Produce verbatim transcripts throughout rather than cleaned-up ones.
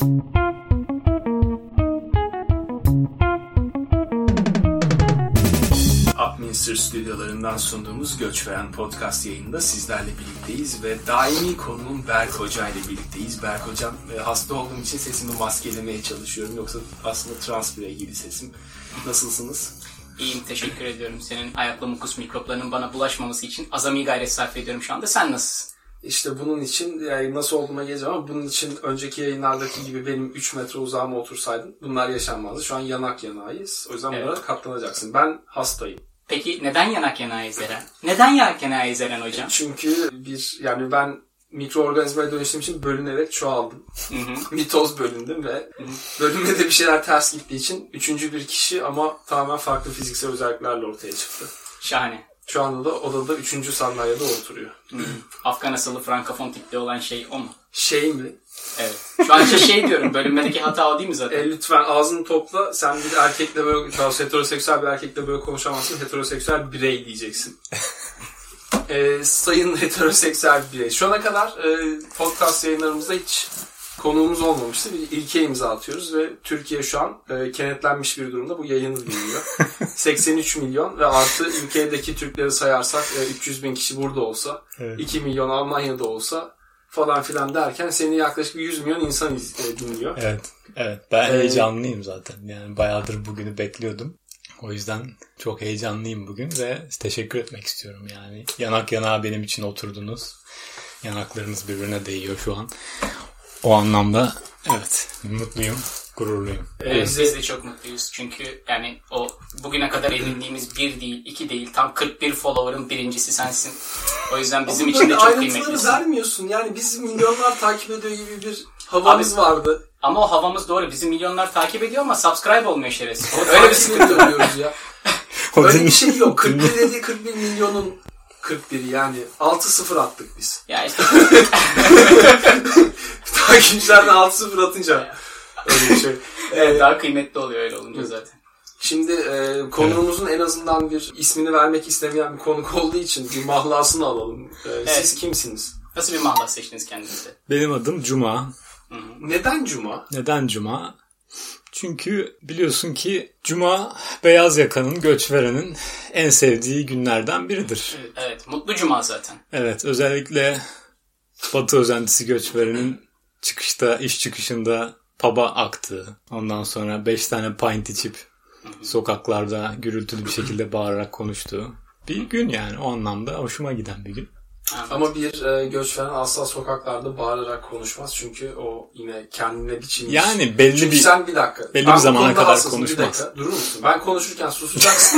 Upminster stüdyolarından sunduğumuz Göç Veren podcast yayınında sizlerle birlikteyiz ve daimi konuğum Berk Hoca ile birlikteyiz. Berk Hocam, hasta olduğum için sesimi maskelemeye çalışıyorum. Yoksa aslında trans birey gibi sesim. Nasılsınız? İyiyim, teşekkür ediyorum. Senin ayaklı mukus mikroplarının bana bulaşmaması için azami gayret sarf ediyorum şu anda. Sen nasılsın? İşte bunun için, yani nasıl olduğuma geleceğim ama bunun için önceki yayınlardaki gibi benim üç metre uzağıma otursaydın bunlar yaşanmazdı. Şu an yanak yanağıyız. O yüzden evet, bunlara katlanacaksın. Ben hastayım. Peki neden yanak yanağıyız Eren? Neden yanak yanağıyız Eren hocam? Çünkü bir, yani ben mikroorganizmaya dönüştüğüm için bölünerek çoğaldım. Mitoz bölündüm ve hı hı. bölünmede bir şeyler ters gittiği için üçüncü bir kişi ama tamamen farklı fiziksel özelliklerle ortaya çıktı. Şahane. Şu anda da odada üçüncü sandalyede oturuyor. Afgan asıllı frankofon tipli olan şey o mu? Şey mi? Evet. Şu an işte şey diyorum, bölünmedeki hata o değil mi zaten? E, lütfen ağzını topla. Sen bir erkekle böyle, daha heteroseksüel bir erkekle böyle konuşamazsın. Heteroseksüel birey diyeceksin. e, sayın heteroseksüel birey. Şu ana kadar e, podcast yayınlarımızda hiç konuğumuz olmamıştı. Bir ilke imza atıyoruz ve Türkiye şu an e, kenetlenmiş bir durumda. Bu yayını dinliyor. seksen üç milyon ve artı ülkedeki Türkleri sayarsak e, üç yüz bin kişi burada olsa, evet, iki milyon Almanya'da olsa falan filan derken seni yaklaşık yüz milyon insan iz, e, dinliyor. Evet, evet. Ben ee, heyecanlıyım zaten. Yani bayağıdır bugünü bekliyordum. O yüzden çok heyecanlıyım bugün ve teşekkür etmek istiyorum yani. Yanak yanağa benim için oturdunuz. Yanaklarınız birbirine değiyor şu an. O anlamda evet, mutluyum, gururluyum. Ee, biz de çok mutluyuz çünkü yani o bugüne kadar edindiğimiz bir değil, iki değil, tam kırk bir follower'ın birincisi sensin. O yüzden bizim için de çok kıymetlisin. Ayrıntıları vermiyorsun yani, biz milyonlar takip ediyor gibi bir havamız Abi, vardı. Ama o havamız doğru, bizi milyonlar takip ediyor ama subscribe olmuyor şerefsiz. Öyle bir sıkıntı oluyoruz ya. Öyle bir şey yok. kırk bir dediği kırk bir milyonun kırk biri yani altı sıfır attık biz. Ya işte. Takipçilerden altı sıfır atınca öyle bir şey. Evet, daha kıymetli oluyor öyle olunca zaten. Şimdi e, konuğumuzun en azından bir ismini vermek istemeyen bir konuk olduğu için bir mahlasını alalım. E, evet. Siz kimsiniz? Nasıl bir mahlas seçtiniz kendinize? Benim adım Cuma. Hı hı. Neden Cuma? Neden Cuma? Çünkü biliyorsun ki Cuma beyaz yakanın, göç verenin en sevdiği günlerden biridir. Evet, evet, mutlu Cuma zaten. Evet, özellikle Batı özentisi göç verenin çıkışta, iş çıkışında pub'a aktığı, ondan sonra beş tane pint içip sokaklarda gürültülü bir şekilde bağırarak konuştuğu bir gün yani, o anlamda hoşuma giden bir gün. Evet. Ama bir e, göç veren asla sokaklarda bağırarak konuşmaz çünkü o yine kendine biçilmiş. Yani belli çünkü bir sen bir dakika. Belli bir zamana kadar hassasın, konuşmaz. Bir dakika, durur musun? Ben konuşurken susacaksın.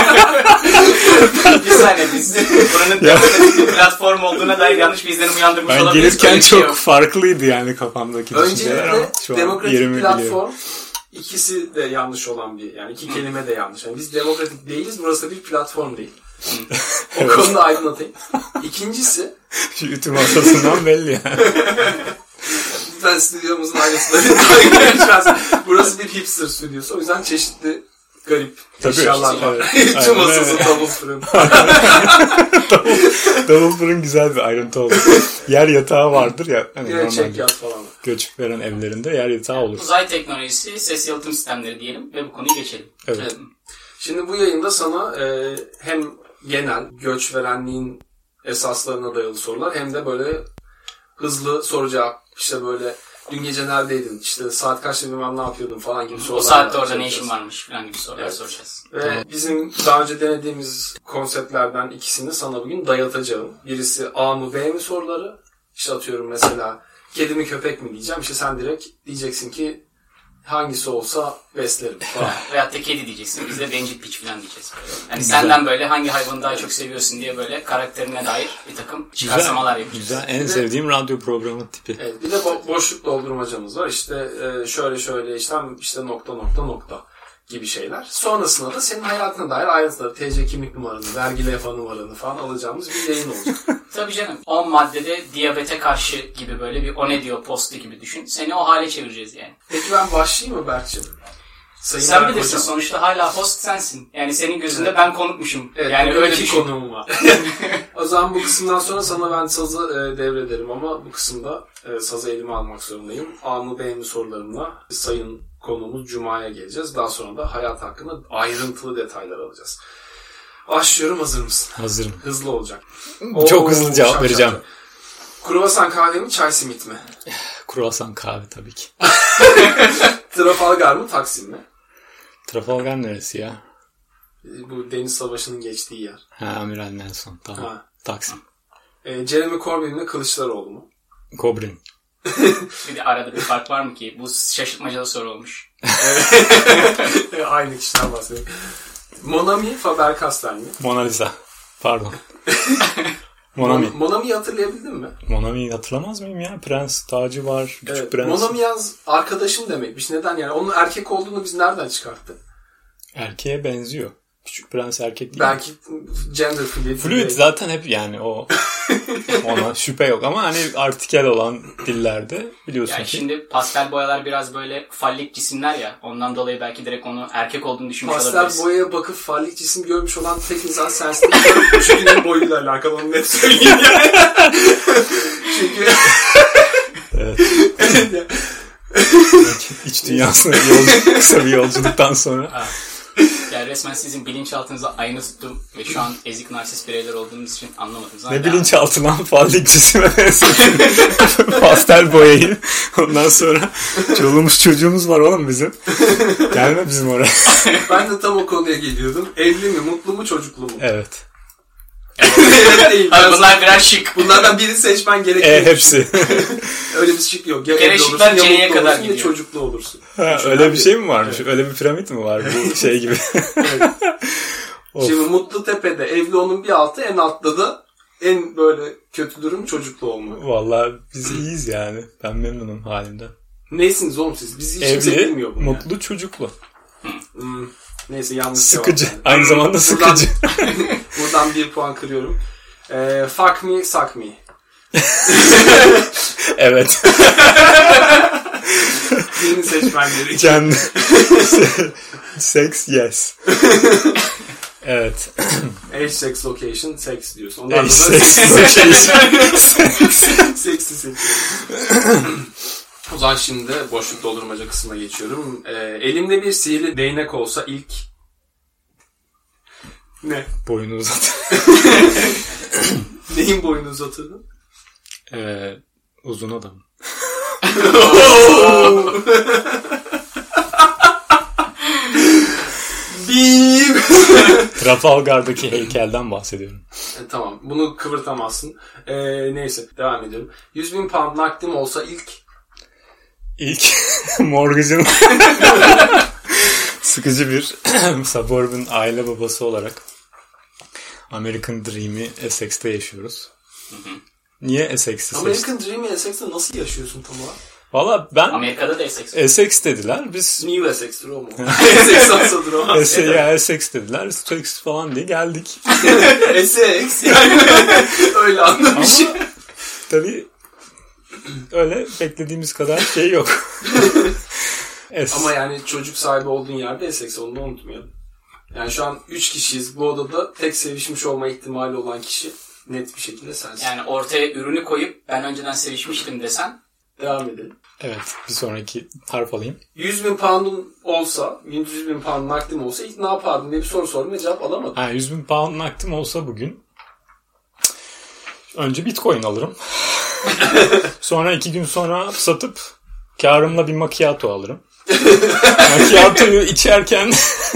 Bir saniye, biz buranın demokratik bir platform olduğuna dair yanlış bir izlenim uyandırmış ben olabiliriz. Ben gelirken çok şey farklıydı yani kafamdaki düşünceler ama şu an demokratik platform ikisi de yanlış olan bir, yani iki kelime de yanlış. Yani biz demokratik değiliz, burası da bir platform değil. O evet, konuda aydınlatayım. İkincisi şu ütü masasından belli yani. Lütfen stüdyomuzun aynısını. Burası bir hipster stüdyosu. O yüzden çeşitli garip tabii, eşyalar var. Evet. Ütü masası, double fırın. double, double fırın güzel bir ayrıntı oldu. Yer yatağı vardır ya. Hani evet, çek yat falan. Göç veren evlerinde yer yatağı olur. Uzay teknolojisi, ses yalıtım sistemleri diyelim ve bu konuyu geçelim. Evet. evet. Şimdi bu yayında sana e, hem genel göç verenliğin esaslarına dayalı sorular hem de böyle hızlı soru cevap, işte böyle dün gece neredeydin, işte saat kaçta bilmem ne yapıyordun falan gibi sorular. O saatte orada ne işin varmış falan gibi sorular evet, soracağız. Ve tamam, bizim daha önce denediğimiz konseptlerden ikisini sana bugün dayatacağım. Birisi A mı B mi soruları. İşte atıyorum mesela kedi mi köpek mi diyeceğim. İşte sen direkt diyeceksin ki hangisi olsa beslerim falan. Veyahut da kedi diyeceksin. Biz de bencil piç falan diyeceğiz. Böyle. Yani güzel, senden böyle hangi hayvanı daha çok seviyorsun diye böyle karakterine dair bir takım çıkarsamalar yapacağız. Güzel. En de, sevdiğim radyo programı tipi. Evet, bir de bo- boşluk doldurmacamız var. İşte e, şöyle şöyle işlem, işte nokta nokta nokta gibi şeyler. Sonrasında da senin hayatına dair ayrıntıları, T C kimlik numaranı, vergi levha numaranı falan alacağımız bir yayın olacak. Tabii canım. on maddede diyabete karşı gibi böyle bir o ne diyor postu gibi düşün. Seni o hale çevireceğiz yani. Peki ben başlayayım mı Berk'cığım? Sayın Sen Berk bilirsin hocam. sonuçta hala host sensin. Yani senin gözünde evet. ben konukmuşum. Evet, yani öyle bir konuğum var. O zaman bu kısımdan sonra sana ben sazı e, devrederim ama bu kısımda e, sazı elime almak zorundayım. Anlı beğeni sorularımla sayın konuğumuz Cuma'ya geleceğiz. Daha sonra da hayat hakkında ayrıntılı detaylar alacağız. Başlıyorum, hazır mısın? Hazırım. Hızlı olacak. Çok Oo, hızlı cevap şak, vereceğim. şak, şak. Kruvasan kahve mi, çay simit mi? Kruvasan kahve tabii ki. Trafalgar mı, Taksim mi? Trafalgar neresi ya? Bu Deniz Savaşı'nın geçtiği yer. Ha, Amiral Nelson. Tamam. Ha. Taksim. E, Jeremy Corbyn mi, Kılıçdaroğlu mu? Corbyn. Bir de arada bir fark var mı ki? Bu şaşırtmacalı soru olmuş. Aynı kişiden bahsediyorum. Monami, Faber-Castell mi? Mona Lisa. Pardon. Monami. Mon- Monami'yi hatırlayabildin mi? Monami'yi hatırlamaz mıyım ya? Prens tacı var. Küçük evet, prens. Monami yaz arkadaşım demekmiş. Neden yani? Onun erkek olduğunu biz nereden çıkarttık? Erkeğe benziyor. Küçük prens erkek değil. Belki gender fluid. Fluid zaten hep yani o ona şüphe yok ama hani artikel olan dillerde biliyorsun yani ki. Şimdi pastel boyalar biraz böyle fallik cisimler ya. Ondan dolayı belki direkt onu erkek olduğunu düşünmüş pastel olabiliriz. Pastel boyaya bakıp fallik cisim görmüş olan tek insan sensin. Çünkü boyuyla alakalı, onu net söyleyeyim yani. Çünkü evet. İç dünyasına bir yolculuk, kısa bir yolculuktan sonra. Yani resmen sizin bilinçaltınıza aynı tuttum ve şu an ezik narsist bireyler olduğunuz için anlamadım. Zaten ne bilinçaltı lan, fallik cisime pastel boyayı. Ondan sonra çoluğumuz çocuğumuz var oğlum bizim. Gelme bizim oraya. Ben de tam o konuya geliyordum. Evli mi, mutlu mu, çocuklu mu? Evet. Evet değil. Abi bunlar birer şık. Bunlardan birini seçmen gerekiyor. E hepsi. Öyle bir şık yok. Ya gene şıklar C'ye kadar olursun, gidiyor. Ya çocuklu olursun. Ha, öyle bir şey mi varmış? Evet. Öyle bir piramit mi var bu şey gibi? Evet. Şimdi Mutlu Tepe'de evli onun bir altı, en altta da en böyle kötü durum çocuklu olmak. Vallahi biz iyiyiz yani. Ben memnunum halimden. Neysiniz oğlum siz? Biz hiç kimse bilmiyor bunu. Evli, mutlu, yani. çocuklu. Hmm. Neyse yanlış sıkıcı. Yani. Aynı zamanda sıkıcı. Buradan, buradan bir puan kırıyorum. Ee, fuck me, suck me. Evet. Birini seçmen gerekiyor. Kendi. Sex, yes. Evet. Age, sex, location, sex diyorsun. Ondan Age, sonra sex, location, sex. Sex'i seçiyorum. O zaman şimdi boşluk doldurmaca kısmına geçiyorum. Ee, elimde bir sihirli değnek olsa ilk... Ne? Boyunu uzat. Neyin boyunu uzatırdın? Ee, uzun adam. Bim. Trafalgar'daki heykelden bahsediyorum. E, tamam. Bunu kıvırtamazsın. E, neyse. Devam ediyorum. yüz bin pound nakdim olsa ilk... İlk mortgage'ın sıkıcı bir suburban aile babası olarak American Dream'i Essex'te yaşıyoruz. Hı hı. Niye Essex'i American Dream'i Essex'te nasıl yaşıyorsun tam olarak? Valla ben... Amerika'da da Essex. Essex dediler. Biz... New Essex'tir o mu? Essex olsadır o. Essex, ya Essex dediler. Essex falan diye geldik. Essex yani öyle anlamış. Ama tabii öyle beklediğimiz kadar şey yok. Ama yani çocuk sahibi olduğun yerde Essex, onu da unutmayalım. Yani şu an üç kişiyiz. Bu odada tek sevişmiş olma ihtimali olan kişi net bir şekilde sensin. Yani ortaya ürünü koyup ben önceden sevişmiştim desen. Devam edelim. Evet, bir sonraki harf alayım. yüz bin pound'un olsa, yüz bin pound nakdim olsa ilk ne yapardın diye bir soru sordum ve cevap alamadım. Ha, yüz bin pound nakdim olsa bugün önce Bitcoin alırım. Sonra iki gün sonra satıp karımla bir macchiato alırım. Macchiato'yu içerken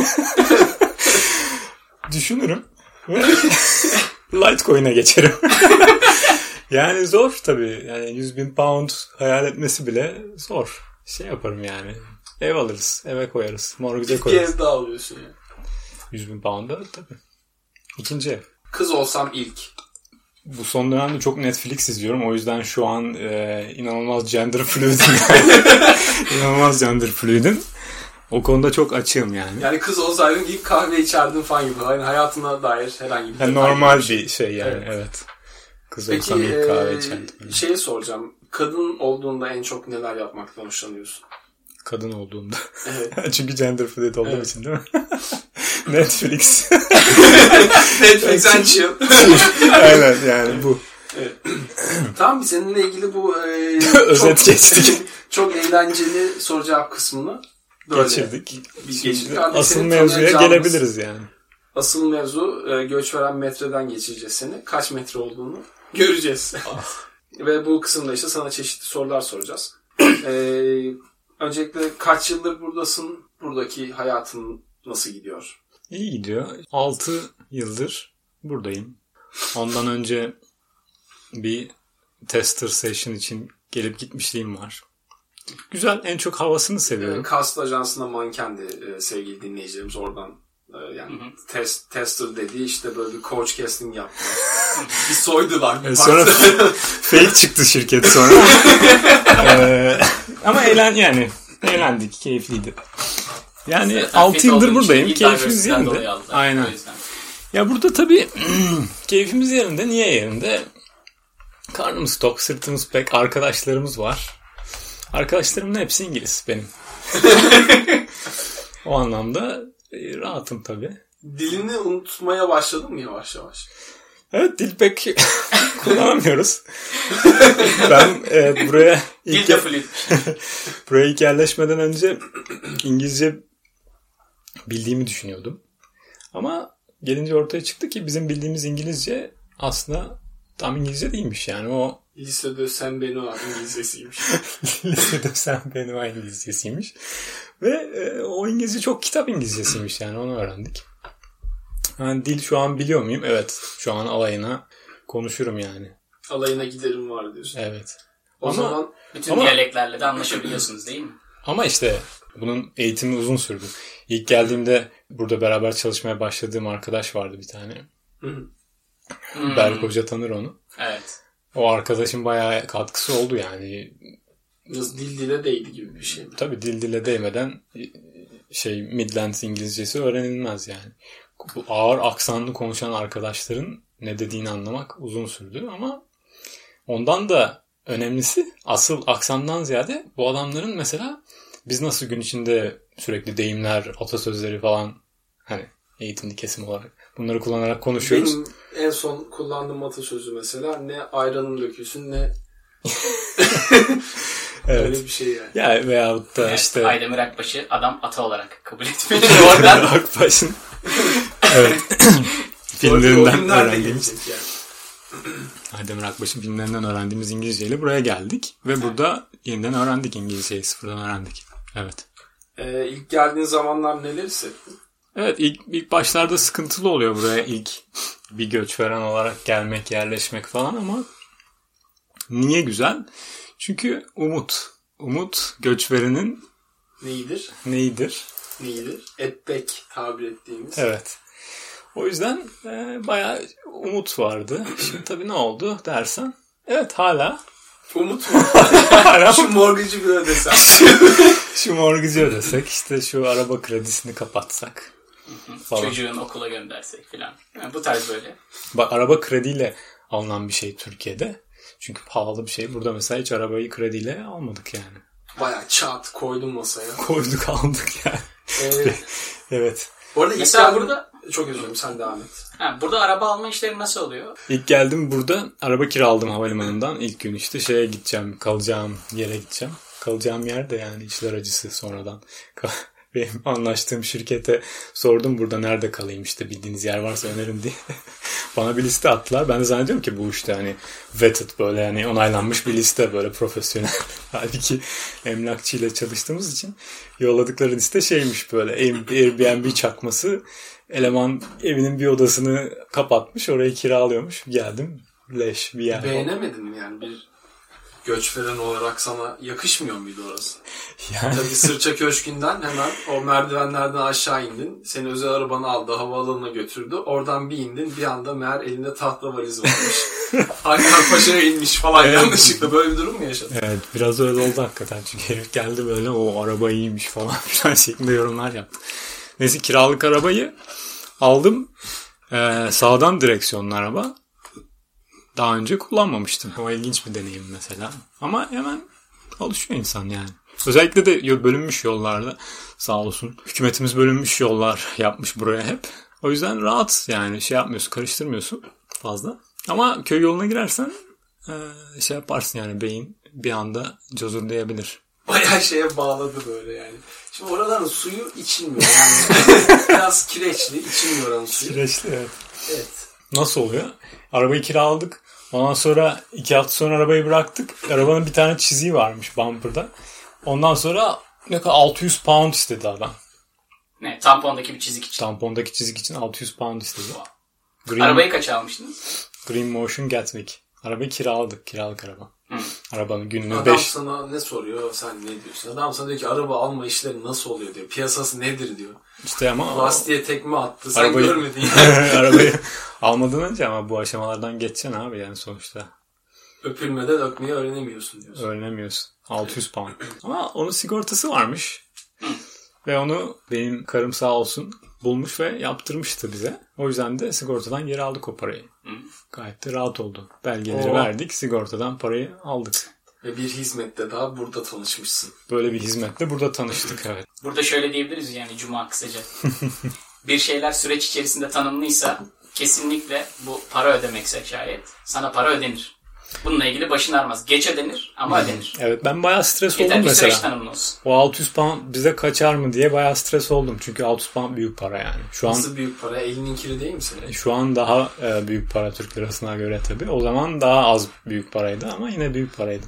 düşünürüm ve Litecoin'e geçerim. Yani zor tabii. Yani yüz bin pound hayal etmesi bile zor. Şey yaparım yani. Ev alırız. Eve koyarız. Mortgage'e koyarız. Bir ev daha alıyorsun yani. yüz bin pound'a tabii. İkinci ev. Kız olsam ilk. Bu son dönemde çok Netflix izliyorum. O yüzden şu an e, inanılmaz gender fluid'im. inanılmaz gender fluid'im. O konuda çok açığım yani. Yani kız olsaydın ilk kahve içerdin falan gibi. Yani hayatına dair herhangi bir... Yani normal bir şey yani. Evet. evet. Kız Peki, olsam ilk kahve e, içerdim. Şeyi soracağım. Kadın olduğunda en çok neler yapmaktan hoşlanıyorsun? kadın olduğumda. Evet. Çünkü gender fluid olduğum evet. için değil mi? Netflix. Netflix and chill. Aynen yani bu. Evet. Tamam, seninle ilgili bu e, özet çok, geçtik. Çok eğlenceli soru cevap kısmını böyle geçirdik. Biz geçirdik. Asıl mevzuya gelebiliriz yani. Asıl mevzu e, göç veren metreden geçireceğiz seni. Kaç metre olduğunu göreceğiz. Ah. Ve bu kısımda işte sana çeşitli sorular soracağız. e, öncelikle kaç yıldır buradasın? Buradaki hayatın nasıl gidiyor? İyi gidiyor. altı yıldır buradayım. Ondan önce bir tester session için gelip gitmişliğim var. Güzel, en çok havasını seviyorum. Cast Ajansı'nda mankendi e, sevgili dinleyicilerimiz, oradan e, yani hı hı. Test, tester dediği işte böyle bir coach casting yaptılar. Bir soydular. Bir sonra fake çıktı şirket sonra. ee, ama eğlen yani eğlendik, keyifliydi. Yani altı yıldır buradayım, keyfimiz yerinde. Aynen. Ya burada tabii keyfimiz yerinde. Niye yerinde? Karnımız tok, sırtımız pek, arkadaşlarımız var. Arkadaşlarımın hepsi İngiliz benim. O anlamda e, rahatım tabii. Dilini unutmaya başladın mı yavaş yavaş? Evet, dil pek kullanamıyoruz. Ben e, buraya ilk, buraya ilk yerleşmeden önce İngilizce bildiğimi düşünüyordum. Ama gelince ortaya çıktı ki bizim bildiğimiz İngilizce aslında tam İngilizce değilmiş yani. O Lisede sen beni İngilizcesiymiş. Lisede sen beni İngilizcesiymiş. Ve e, o İngilizce çok kitap İngilizcesiymiş yani, onu öğrendik. Yani dil şu an biliyor muyum? Evet. Şu an alayına konuşurum yani. Alayına giderim var diyorsun. Evet. O ama, zaman bütün ama, diyaleklerle de anlaşabiliyorsunuz değil mi? Ama işte bunun eğitimi uzun sürdü. İlk geldiğimde burada beraber çalışmaya başladığım arkadaş vardı bir tane. Hı. Berk Hoca tanır onu. Evet. O arkadaşın bayağı katkısı oldu yani. Biraz dil dile değdi gibi bir şey mi? Tabii dil dile değmeden şey Midlands İngilizcesi öğrenilmez yani. Bu ağır aksanlı konuşan arkadaşların ne dediğini anlamak uzun sürdü ama ondan da önemlisi asıl aksandan ziyade bu adamların mesela biz nasıl gün içinde sürekli deyimler, atasözleri falan hani eğitimli kesim olarak bunları kullanarak konuşuyoruz. Benim en son kullandığım atasözü mesela ne ayranın dökülsün ne evet. Öyle bir şey yani. Ya veyahut da evet, işte Aydemir Akbaş'ı adam ata olarak kabul etmeli oradan. Akbaş'ın evet. filmlerinden öğrendiğimiz yani. Aydemir Akbaş'ın filmlerinden öğrendiğimiz İngilizceyle buraya geldik ve evet. Burada yeniden öğrendik İngilizceyi, sıfırdan öğrendik. Evet. Ee, ilk geldiğin zamanlar neler hissettin? Evet, ilk, ilk başlarda sıkıntılı oluyor buraya ilk bir göç veren olarak gelmek, yerleşmek falan ama niye güzel? Çünkü umut. Umut göç verenin neyidir? Neyidir? Neyidir? Etbek tabir ettiğimiz. Evet. O yüzden e, bayağı umut vardı. Şimdi tabii ne oldu dersen. Evet hala. Umut mu? Hala şu mortgage'ı bir ödesek. Şu mortgage'ı ödesek. İşte şu araba kredisini kapatsak. Falan. Çocuğun okula göndersek falan. Yani bu tarz böyle. Bak araba krediyle alınan bir şey Türkiye'de. Çünkü pahalı bir şey. Burada mesela hiç arabayı krediyle almadık yani. Bayağı çat koydum masaya. Koyduk aldık yani. Ee, evet. Bu arada mesela geldim, burada çok özür dilerim sen devam et. Ha, burada araba alma işleri nasıl oluyor? İlk geldim burada araba kiraladım havalimanından. İlk gün işte şeye gideceğim, kalacağım yere gideceğim. Kalacağım yer de yani işler acısı sonradan. Benim anlaştığım şirkete sordum burada nerede kalayım işte bildiğiniz yer varsa önerin diye. Bana bir liste attılar. Ben de zannediyorum ki bu işte hani vetted böyle yani onaylanmış bir liste böyle profesyonel. Halbuki emlakçıyla çalıştığımız için yolladıkları liste şeymiş böyle Airbnb çakması. Eleman evinin bir odasını kapatmış orayı kiralıyormuş. Geldim leş bir yer. Beğenemedin mi yani bir göç veren olarak sana yakışmıyor muydu orası? Yani... Tabii Sırça Köşkü'nden hemen o merdivenlerden aşağı indin. Seni özel arabanı aldı, havaalanına götürdü. Oradan bir indin, bir anda meğer elinde tahta valiz varmış. Haydarpaşa'ya inmiş falan evet. Yanlışlıkla. Böyle bir durum mu yaşadın? Evet, biraz öyle oldu hakikaten. Çünkü herif geldi böyle o araba iyiymiş falan filan şeklinde yorumlar yaptı. Neyse kiralık arabayı aldım. Ee, sağdan direksiyonlu araba. Daha önce kullanmamıştım. O ilginç bir deneyim mesela. Ama hemen alışıyor insan yani. Özellikle de bölünmüş yollarda sağ olsun. Hükümetimiz bölünmüş yollar yapmış buraya hep. O yüzden rahat yani şey yapmıyorsun, karıştırmıyorsun fazla. Ama köy yoluna girersen e, şey yaparsın yani beyin bir anda cozurlayabilir. Bayağı şeye bağladı böyle yani. Şimdi oraların suyu içilmiyor yani. Biraz kireçli, içilmiyor oranın suyu. Kireçli evet. Evet. Nasıl oluyor? Arabayı kiraladık. Ondan sonra iki hafta sonra arabayı bıraktık. Arabanın bir tane çiziği varmış bumper'da. Ondan sonra ne kadar altı yüz pound istedi adam. Ne? Tampondaki bir çizik için. Tampondaki çizik için altı yüz pound istedi. Green, Arabayı kaça almıştınız? Green Motion Gatwick. Arabayı kiraladık. Kiralık araba. Hı. Arabanın günlüğü Adam beş. sana ne soruyor, sen ne diyorsun? Adam sana diyor ki araba alma işleri nasıl oluyor diyor. Piyasası nedir diyor. İşte ama lastiğe tekme attı. Sen arabayı, görmedin. Arabayı almadan önce ama bu aşamalardan geçeceksin abi yani sonuçta. Öpülmeden öpmeyi öğrenemiyorsun diyorsun. Öğrenemiyorsun. altı yüz pound. Ama onun sigortası varmış. Ve onu benim karım sağ olsun bulmuş ve yaptırmıştı bize. O yüzden de sigortadan geri aldık o parayı. Gayet de rahat oldu. Belgeleri Oo. verdik, sigortadan parayı aldık. Ve bir hizmette daha burada tanışmışsın. Böyle bir hizmette burada tanıştık evet. Burada şöyle diyebiliriz yani Cuma kısaca. Bir şeyler süreç içerisinde tanımlıysa kesinlikle bu para ödemekse şayet sana para ödenir. Bununla ilgili başın ağrımaz. Geç ödenir ama ödenir. Evet ben bayağı stres Yeter oldum mesela. Yeter ki süreç tanımlı olsun. O altı yüz pound bize kaçar mı diye bayağı stres oldum. Çünkü altı yüz pound büyük para yani. Şu Nasıl an, büyük para? Elinin kiri değil mi senin? Şu an daha e, büyük para Türk lirasına göre tabii. O zaman daha az büyük paraydı ama yine büyük paraydı.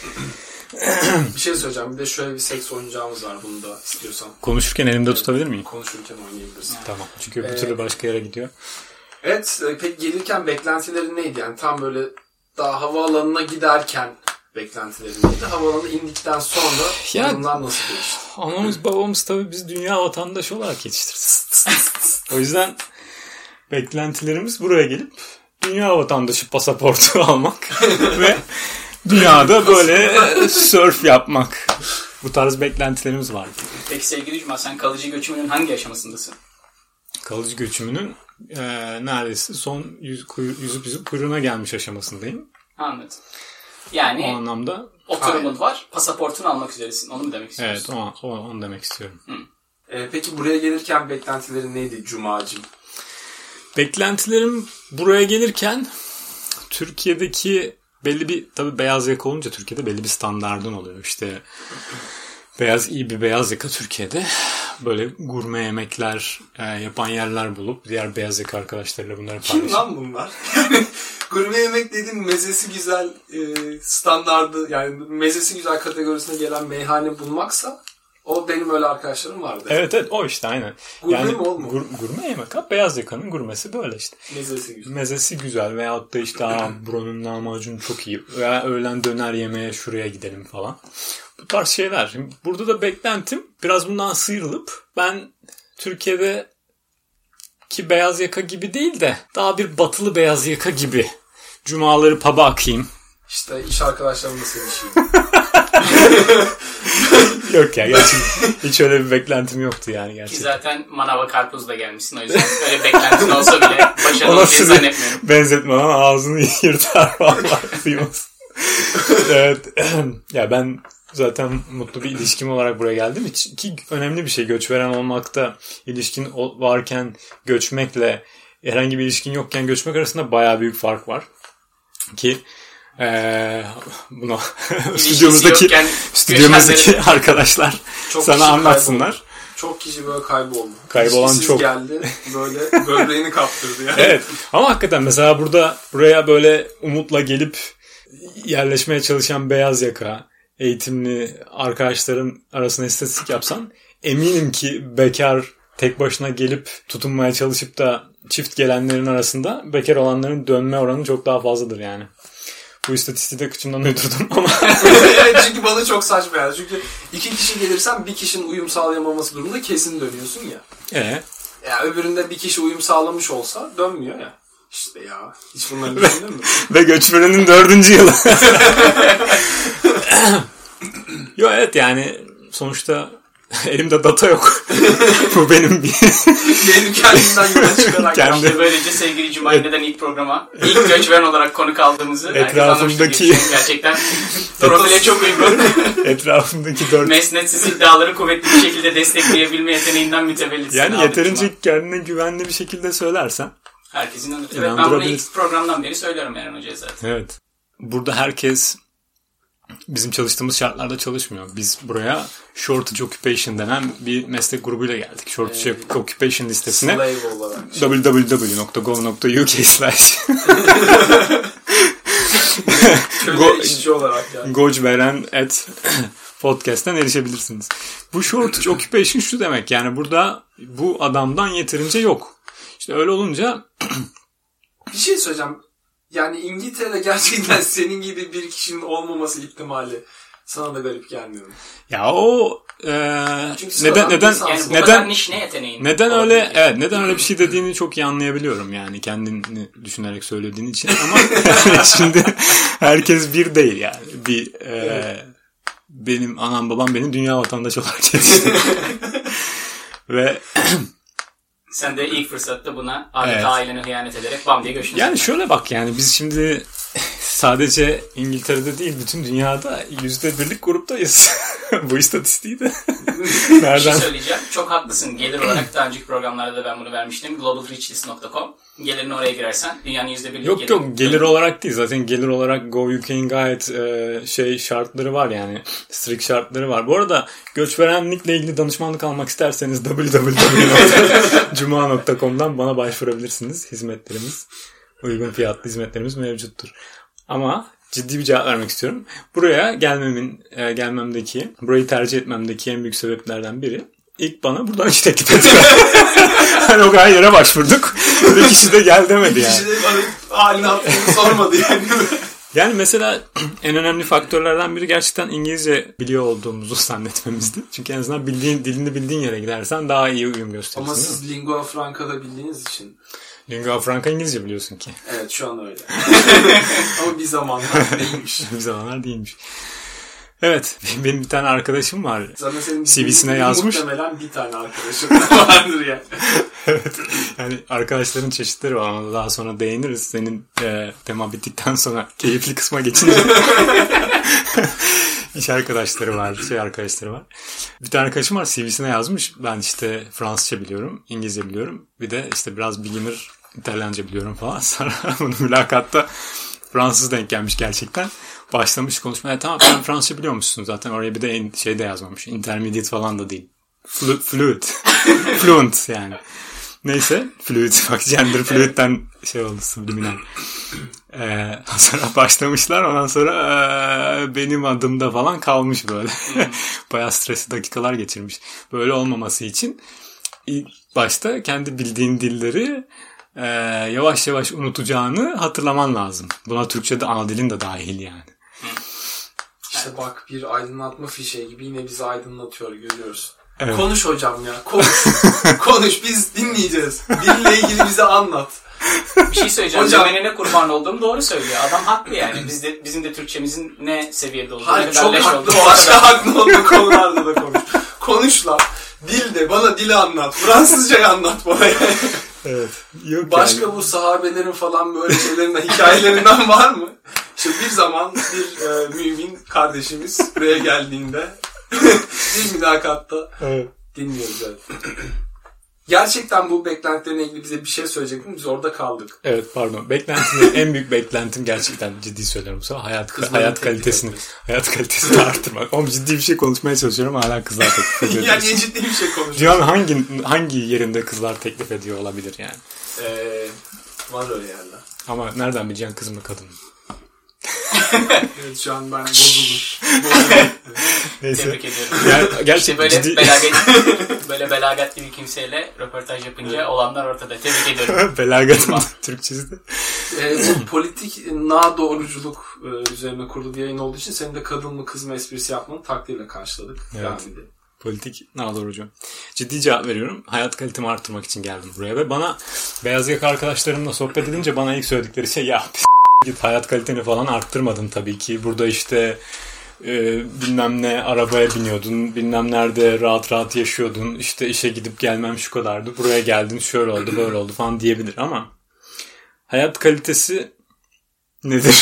Bir şey söyleyeceğim. Bir de şöyle bir seks oyuncağımız var bunu da istiyorsan. Konuşurken elimde tutabilir miyim? Konuşurken oynayabilirsin. Yani. Tamam. Çünkü bir türlü başka yere gidiyor. Evet. Peki gelirken beklentilerin neydi? Yani tam böyle daha havaalanına giderken beklentilerin neydi? Havaalanına indikten sonra ya, durumlar nasıl değişti? Anamız babamız tabii biz dünya vatandaşı olarak yetiştirdi. O yüzden beklentilerimiz buraya gelip dünya vatandaşı pasaportu almak ve dünyada böyle surf yapmak. Bu tarz beklentilerimiz vardı. Peki sevgili Cuma sen kalıcı göçümünün hangi aşamasındasın? Kalıcı göçümünün e, neredeyse son yüz, yüzüp yüzüp kuyruğuna gelmiş aşamasındayım. Anladım. Yani o anlamda oturumun hayır. var, pasaportunu almak üzeresin. Onu mu demek istiyorsun? Evet, o, o, onu demek istiyorum. Hı. E, peki buraya gelirken beklentilerin neydi Cuma'cığım? Beklentilerim buraya gelirken Türkiye'deki belli bir tabii beyaz yaka olunca Türkiye'de belli bir standardın oluyor. İşte beyaz iyi bir beyaz yaka Türkiye'de böyle gurme yemekler e, yapan yerler bulup diğer beyaz yaka arkadaşlarıyla bunları paylaşıyor. Kim lan bunlar? Yani gurme yemek dediğin mezesi güzel e, standardı yani mezesi güzel kategorisine gelen meyhane bulmaksa o benim öyle arkadaşlarım vardı. Evet evet o işte aynen. Gurme yani, mi olmuyor? Gur, gurme yemek ha beyaz yakanın gurmesi böyle işte. Mezesi güzel. Mezesi güzel veyahut da işte buranın lahmacunu çok iyi veya öğlen döner yemeye şuraya gidelim falan. Bu tarz şeyler. Şimdi burada da beklentim biraz bundan sıyrılıp ben Türkiye'de ki beyaz yaka gibi değil de daha bir batılı beyaz yaka gibi cumaları pub'a akayım. İşte iş arkadaşlarımla sevişeyim. Yok ya gerçekten hiç öyle bir beklentim yoktu yani gerçekten. Ki zaten manava karpuzla gelmişsin o yüzden öyle beklentin olsa bile başarılı olacağını zannetmiyorum. Benzetme lan ağzını yırtar vallahi duymaz. Evet. Ya ben zaten mutlu bir ilişkim olarak buraya geldim. Ki önemli bir şey göç veren olmakta ilişkin varken göçmekle herhangi bir ilişkin yokken göçmek arasında bayağı büyük fark var. Ki Ee, bunu stüdyomuzdaki stüdyomuzdaki arkadaşlar çok sana anlatsınlar. Kayboldu. Çok kişi böyle kayboldu. Kaybolan çok geldi. Böyle böbreğini kaptırdı yani. Evet. Ama hakikaten mesela burada buraya böyle umutla gelip yerleşmeye çalışan beyaz yaka eğitimli arkadaşların arasında istatistik yapsan eminim ki bekar tek başına gelip tutunmaya çalışıp da çift gelenlerin arasında bekar olanların dönme oranı çok daha fazladır yani. Bu istatistiği de kıçımdan uydurdum ama. Çünkü bana çok saçma yani. Çünkü iki kişi gelirsen bir kişinin uyum sağlayamaması durumunda kesin dönüyorsun ya. Ee? Ya öbüründe bir kişi uyum sağlamış olsa dönmüyor ya. İşte ya. Hiç bunları düşündün mü? Ve göçmenin dördüncü yılı. Yo evet yani sonuçta elimde data yok. Bu benim bir... benim kendimden yola çıkarak. Kendi... İşte böylece sevgili Cuma'yı neden ilk programa ilk göçmen olarak konuk aldığımızı etrafımdaki... gerçekten profile çok uygun. Etrafımdaki dört... Mesnetsiz iddiaları kuvvetli bir şekilde destekleyebilme yeteneğinden mütevellit. Yani yeterince Cuma. Kendine güvenli bir şekilde söylersen. Herkesin inanır. Evet, ben bunu ilk programdan beri söylüyorum Eren Hoca'ya zaten. Evet. Burada herkes bizim çalıştığımız şartlarda çalışmıyor. Biz buraya Shortage Occupation denen bir meslek grubuyla geldik. Shortage evet. Occupation listesine double-u double-u double-u nokta gov nokta u k slash gocveren at podcast'ten erişebilirsiniz. Bu Shortage Occupation şu demek. Yani burada bu adamdan yeterince yok. İşte öyle olunca bir şey söyleyeceğim. Yani İngiltere'de gerçekten senin gibi bir kişinin olmaması ihtimali sana da garip gelmiyor mu? Ya o e, neden neden yani bu neden kadar niş ne yeteneğin? Neden öyle yani. Evet neden öyle bir şey dediğini çok iyi anlayabiliyorum yani kendini düşünerek söylediğin için ama yani şimdi herkes bir değil yani bir e, evet. Benim anam babam beni dünya vatandaşı olarak yetiştirdi ve sen de ilk fırsatta buna adeta evet. Ailene hıyanet ederek bam diye göçtün. Yani şöyle bak yani biz şimdi sadece İngiltere'de değil bütün dünyada yüzde birlik gruptayız. Bu istatistiği de. Nereden? Bir şey söyleyeceğim. Çok haklısın. Gelir olarak daha önceki programlarda da ben bunu vermiştim. global rich list nokta com Gelirini oraya girersen dünyanın yüzde birlik yok gelir. Yok yok gelir olarak değil. Zaten gelir olarak GoUK'in gayet e, şey şartları var yani. Strict şartları var. Bu arada göçverenlikle ilgili danışmanlık almak isterseniz double-u double-u double-u nokta cuma nokta com'dan bana başvurabilirsiniz. Hizmetlerimiz, uygun fiyatlı hizmetlerimiz mevcuttur. Ama ciddi bir cevap vermek istiyorum. Buraya gelmemin, e, gelmemdeki, burayı tercih etmemdeki en büyük sebeplerden biri ilk bana buradan iş teklif ettiler. Hani o kadar yere başvurduk. Bir kişi de gel demedi yani. Bir kişi de bana halini attığını sormadı yani. Yani mesela en önemli faktörlerden biri gerçekten İngilizce biliyor olduğumuzu zannetmemizdi. Çünkü en azından bildiğin, dilini bildiğin yere gidersen daha iyi uyum gösterirsin. Ama siz lingua franca'da bildiğiniz için. Lingua franca İngilizce biliyorsun ki. Evet şu an öyle. Ama bir zamanlar değilmiş. Bir zamanlar değilmiş. Evet. Benim bir tane arkadaşım var. Zaten senin C V'sine yazmış. Muhtemelen bir tane arkadaşım vardır yani. Evet. Yani arkadaşların çeşitleri var ama daha sonra değiniriz. Senin e, tema bittikten sonra keyifli kısma geçince. İş arkadaşları var, şey arkadaşları var. Bir tane arkadaşım var C V'sine yazmış. Ben işte Fransızca biliyorum, İngilizce biliyorum. Bir de işte biraz beginner İtalyanca biliyorum falan. Sonra bunu mülakatta Fransız denk gelmiş gerçekten. Başlamış konuşmaya. Tamam ben Fransızca biliyor musun? Zaten oraya bir de şey de yazmamış. Intermediate falan da değil. Flu- fluid. Fluent yani. Neyse. Fluid. Bak gender fluid'den şey oldu. Subliminal. Ee, sonra başlamışlar. Ondan sonra ee, benim adımda falan kalmış böyle. Bayağı stresli dakikalar geçirmiş. Böyle olmaması için ilk başta kendi bildiğin dilleri ee, yavaş yavaş unutacağını hatırlaman lazım. Buna Türkçe'de ana dilin de dahil yani. İşte bak bir aydınlatma fişeği gibi yine bizi aydınlatıyor görüyoruz. Evet. Konuş hocam ya konuş. Konuş biz dinleyeceğiz. Dille ilgili bize anlat. Bir şey söyleyeceğim. Hocam ne kurban olduğum doğru söylüyor. Adam haklı yani. Biz de, bizim de Türkçemizin ne seviyede olduğunu. Hayır çok haklı. Başka haklı olduğu konularda da konuş. Konuş lan. Dilde bana dili anlat. Fransızcayı anlat bana yani. Evet. Yok başka yani. Bu sahabelerin falan böyle şeylerinden, hikayelerinden var mı? İşte bir zaman bir e, mümin kardeşimiz buraya geldiğinde bir mülakatta evet. Dinliyoruz. Evet. Gerçekten bu beklentilerine ilgili bize bir şey söyleyecektim. Biz orada kaldık. Evet pardon. Beklentim en büyük beklentim gerçekten ciddi söylüyorum sana. Hayat Kızların hayat kalitesini etmesi. hayat kalitesini arttırmak. Ama ciddi bir şey konuşmaya çalışıyorum hala kızlar teklif ediyor. Yani niye ciddi bir şey konuşuyorsun? Dünyanın hangi hangi yerinde kızlar teklif ediyor olabilir yani? Ee, var öyle yerler. Ama nereden bileceksin kız mı kadın mı? Evet şu an ben bozuldum. Neyse. Tebrik ediyorum. Yani, gerçekten işte böyle ciddi... belagat, böyle belagatli bir kimseyle röportaj yapınca olanlar ortada. Tebrik ediyorum. Belagatın Türkçesi de. E, bu politik na doğruculuk e, üzerine kurulu bir yayın olduğu için senin de kadın mı kız mı esprisi yapmanı takdirle karşıladık. Evet. Yani de. Politik na doğrucu. Ciddi cevap veriyorum. Hayat kalitemi arttırmak için geldim buraya ve bana beyaz yaka arkadaşlarımla sohbet edince bana ilk söyledikleri şey ya git hayat kaliteni falan arttırmadın tabii ki. Burada işte e, bilmem ne arabaya biniyordun, bilmem nerede rahat rahat yaşıyordun, işte işe gidip gelmem şu kadardı, buraya geldin şöyle oldu böyle oldu falan diyebilir ama hayat kalitesi nedir?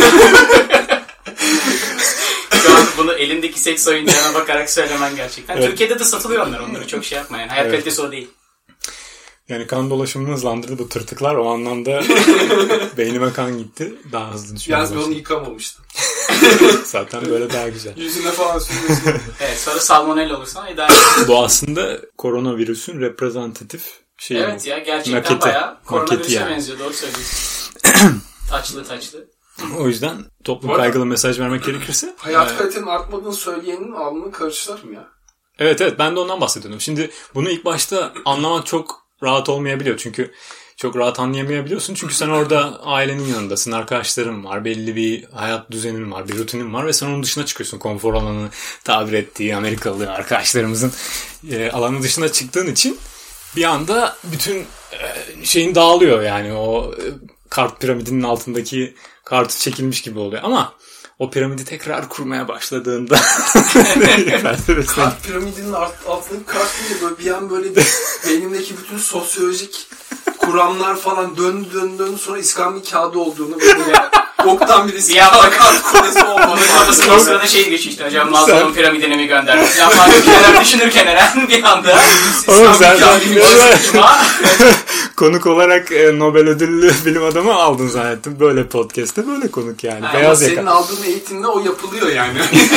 Şu an bunu elindeki seks oyuncağına bakarak söylemen gerçekten. Evet. Türkiye'de de satılıyor onlar, onları çok şey yapma yani. Hayat evet. kalitesi o değil. Yani kan dolaşımını hızlandırdı bu tırtıklar. O anlamda beynime kan gitti. Daha hızlı düşmeye başladı. Yalnız onu yıkamamıştım. Zaten böyle daha güzel. Yüzüne falan sürüyorsun. Evet, sonra salmonella olursa idare Bu aslında koronavirüsün reprezentatif şeyi. Evet ya, gerçekten maketi, bayağı koronavirüse yani. Benziyor. Doğru söylüyorsun. taçlı taçlı. O yüzden toplum kaygılı mesaj vermek gerekirse. Hayat e... kalitenin artmadığını söyleyenin alnını karıştırır ya? Evet evet, ben de ondan bahsediyordum. Şimdi bunu ilk başta anlamak çok rahat olmayabiliyor. Çünkü çok rahat anlayamayabiliyorsun. Çünkü sen orada ailenin yanındasın, arkadaşların var, belli bir hayat düzenin var, bir rutinin var ve sen onun dışına çıkıyorsun. Konfor alanını tabir ettiği Amerikalı arkadaşlarımızın e, alanı dışına çıktığın için bir anda bütün e, şeyin dağılıyor yani. O e, kart piramidinin altındaki kartı çekilmiş gibi oluyor. Ama o piramidi tekrar kurmaya başladığında kart piramidinin altındaki kart değil, böyle bir an böyle bir beynimdeki bütün sosyolojik kuramlar falan döndü döndü döndü, sonra iskambil kağıdı olduğunu böyle yani boktan birisi bir anda kart kulesi olmadı. Kafasının o sırada şey geçiyor işte, hocam Maslow'un piramidini mi göndermiş? Yapmak bir düşünürken Eren bir anda iskambil kağıdı gibi konuk olarak e, Nobel ödüllü bilim adamı aldın zannettim. Böyle podcast'te böyle konuk yani. yani Beyaz senin yaka. Aldığın eğitimde o yapılıyor yani.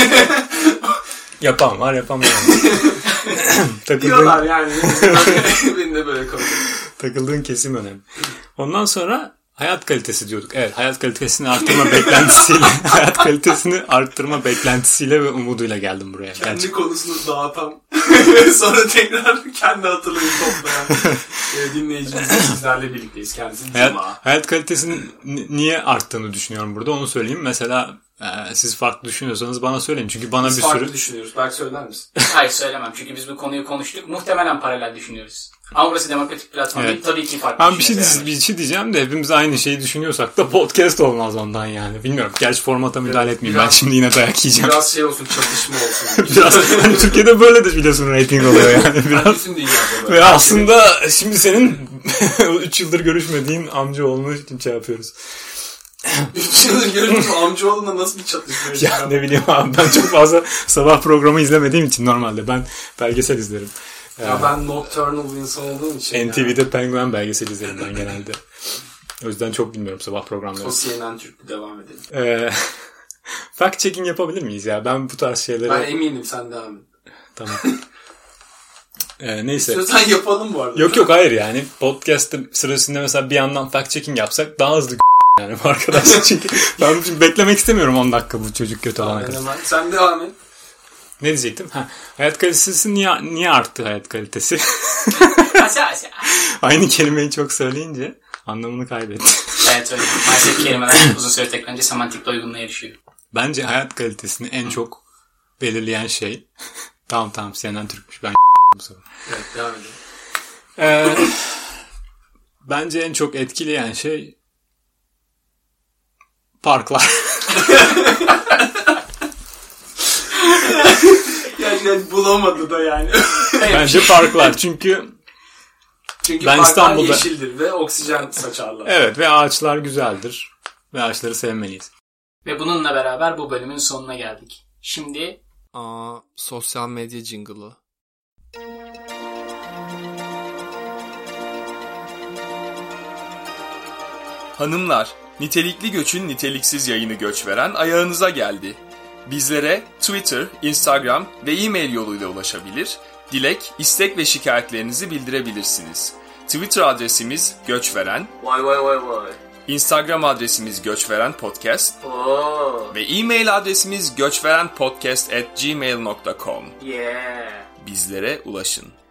Yapan var, yapan var. Diyorlar yani. Benim de böyle kalıyor. Takıldığın kesim önemli. Ondan sonra hayat kalitesi diyorduk. Evet, hayat kalitesini arttırma beklentisiyle hayat kalitesini arttırma beklentisiyle ve umuduyla geldim buraya. Kendi Gerçekten. konusunu dağıtan sonra tekrar kendi hatırlayıp toplayan dinleyicimiz sizlerle birlikteyiz. Kendisi hayat, hayat kalitesinin niye arttığını düşünüyorum burada. Onu söyleyeyim. Mesela Ee, siz farklı düşünüyorsanız bana söyleyin. Çünkü bana biz bir farklı sürü... düşünüyoruz. Belki söyler misin? Hayır, söylemem. Çünkü biz bu konuyu konuştuk. Muhtemelen paralel düşünüyoruz. Ama burası demokratik platform evet. değil. Tabii ki farklı ben bir şey, yani. bir şey diyeceğim de hepimiz aynı şeyi düşünüyorsak da podcast olmaz ondan yani. Bilmiyorum. Gerçi formata müdahale evet, etmeyeyim. Biraz, ben şimdi yine dayak yiyeceğim. Biraz şey olsun, çatışma olsun. Biraz hani Türkiye'de böyle de biliyorsun rating oluyor yani. Biraz. Ve aslında şimdi senin üç yıldır görüşmediğin amcaoğlunu için şey yapıyoruz. üç yıldır görüşmüş amcaoğluna nasıl bir çatışma? Ya ne bileyim abi, ben çok fazla sabah programı izlemediğim için normalde ben belgesel izlerim. Ya ee, ben nocturnal bir insan olduğum için. N T V'de yani. Penguin belgesel izlerim ben genelde. O yüzden çok bilmiyorum sabah programları. O C N N Türk'ü devam edelim. Ee, fact checking yapabilir miyiz ya? Ben bu tarz şeylere... Ben eminim, sen devam et. Tamam. Ee, neyse. İstiyorsan yapalım bu arada. Yok yok hayır yani. Podcast sırasında mesela bir yandan fact checking yapsak daha hızlı yani bu arkadaş. Çünkü ben şimdi beklemek istemiyorum on dakika bu çocuk kötü olana kadar. Hemen. Sen devam et. Ne diyecektim? Ha, hayat kalitesi niye niye arttı hayat kalitesi? Aynı kelimeyi çok söyleyince anlamını kaybetti. Evet öyle. Maalesef kelimeler uzun süre tekrarınca semantik doygunluğa erişiyor. Bence hayat kalitesini en çok belirleyen şey... tamam tamam senden Türkmüş ben bu sefer. Evet devam edelim. Ee, bence en çok etkileyen şey parklar. Yani bulamadı da yani. Bence parklar çünkü çünkü ben parklar İstanbul'da... yeşildir ve oksijen saçarlar. Evet ve ağaçlar güzeldir ve ağaçları sevmeliyiz. Ve bununla beraber bu bölümün sonuna geldik. Şimdi Aa, sosyal medya jingle'ı. Hanımlar, nitelikli göçün niteliksiz yayını göç veren ayağınıza geldi. Bizlere Twitter, Instagram ve e-mail yoluyla ulaşabilir, dilek, istek ve şikayetlerinizi bildirebilirsiniz. Twitter adresimiz göçveren, vay vay vay vay. Instagram adresimiz göçveren podcast Oo. ve e-mail adresimiz göçverenpodcast at gmail nokta com. Yeah. Bizlere ulaşın.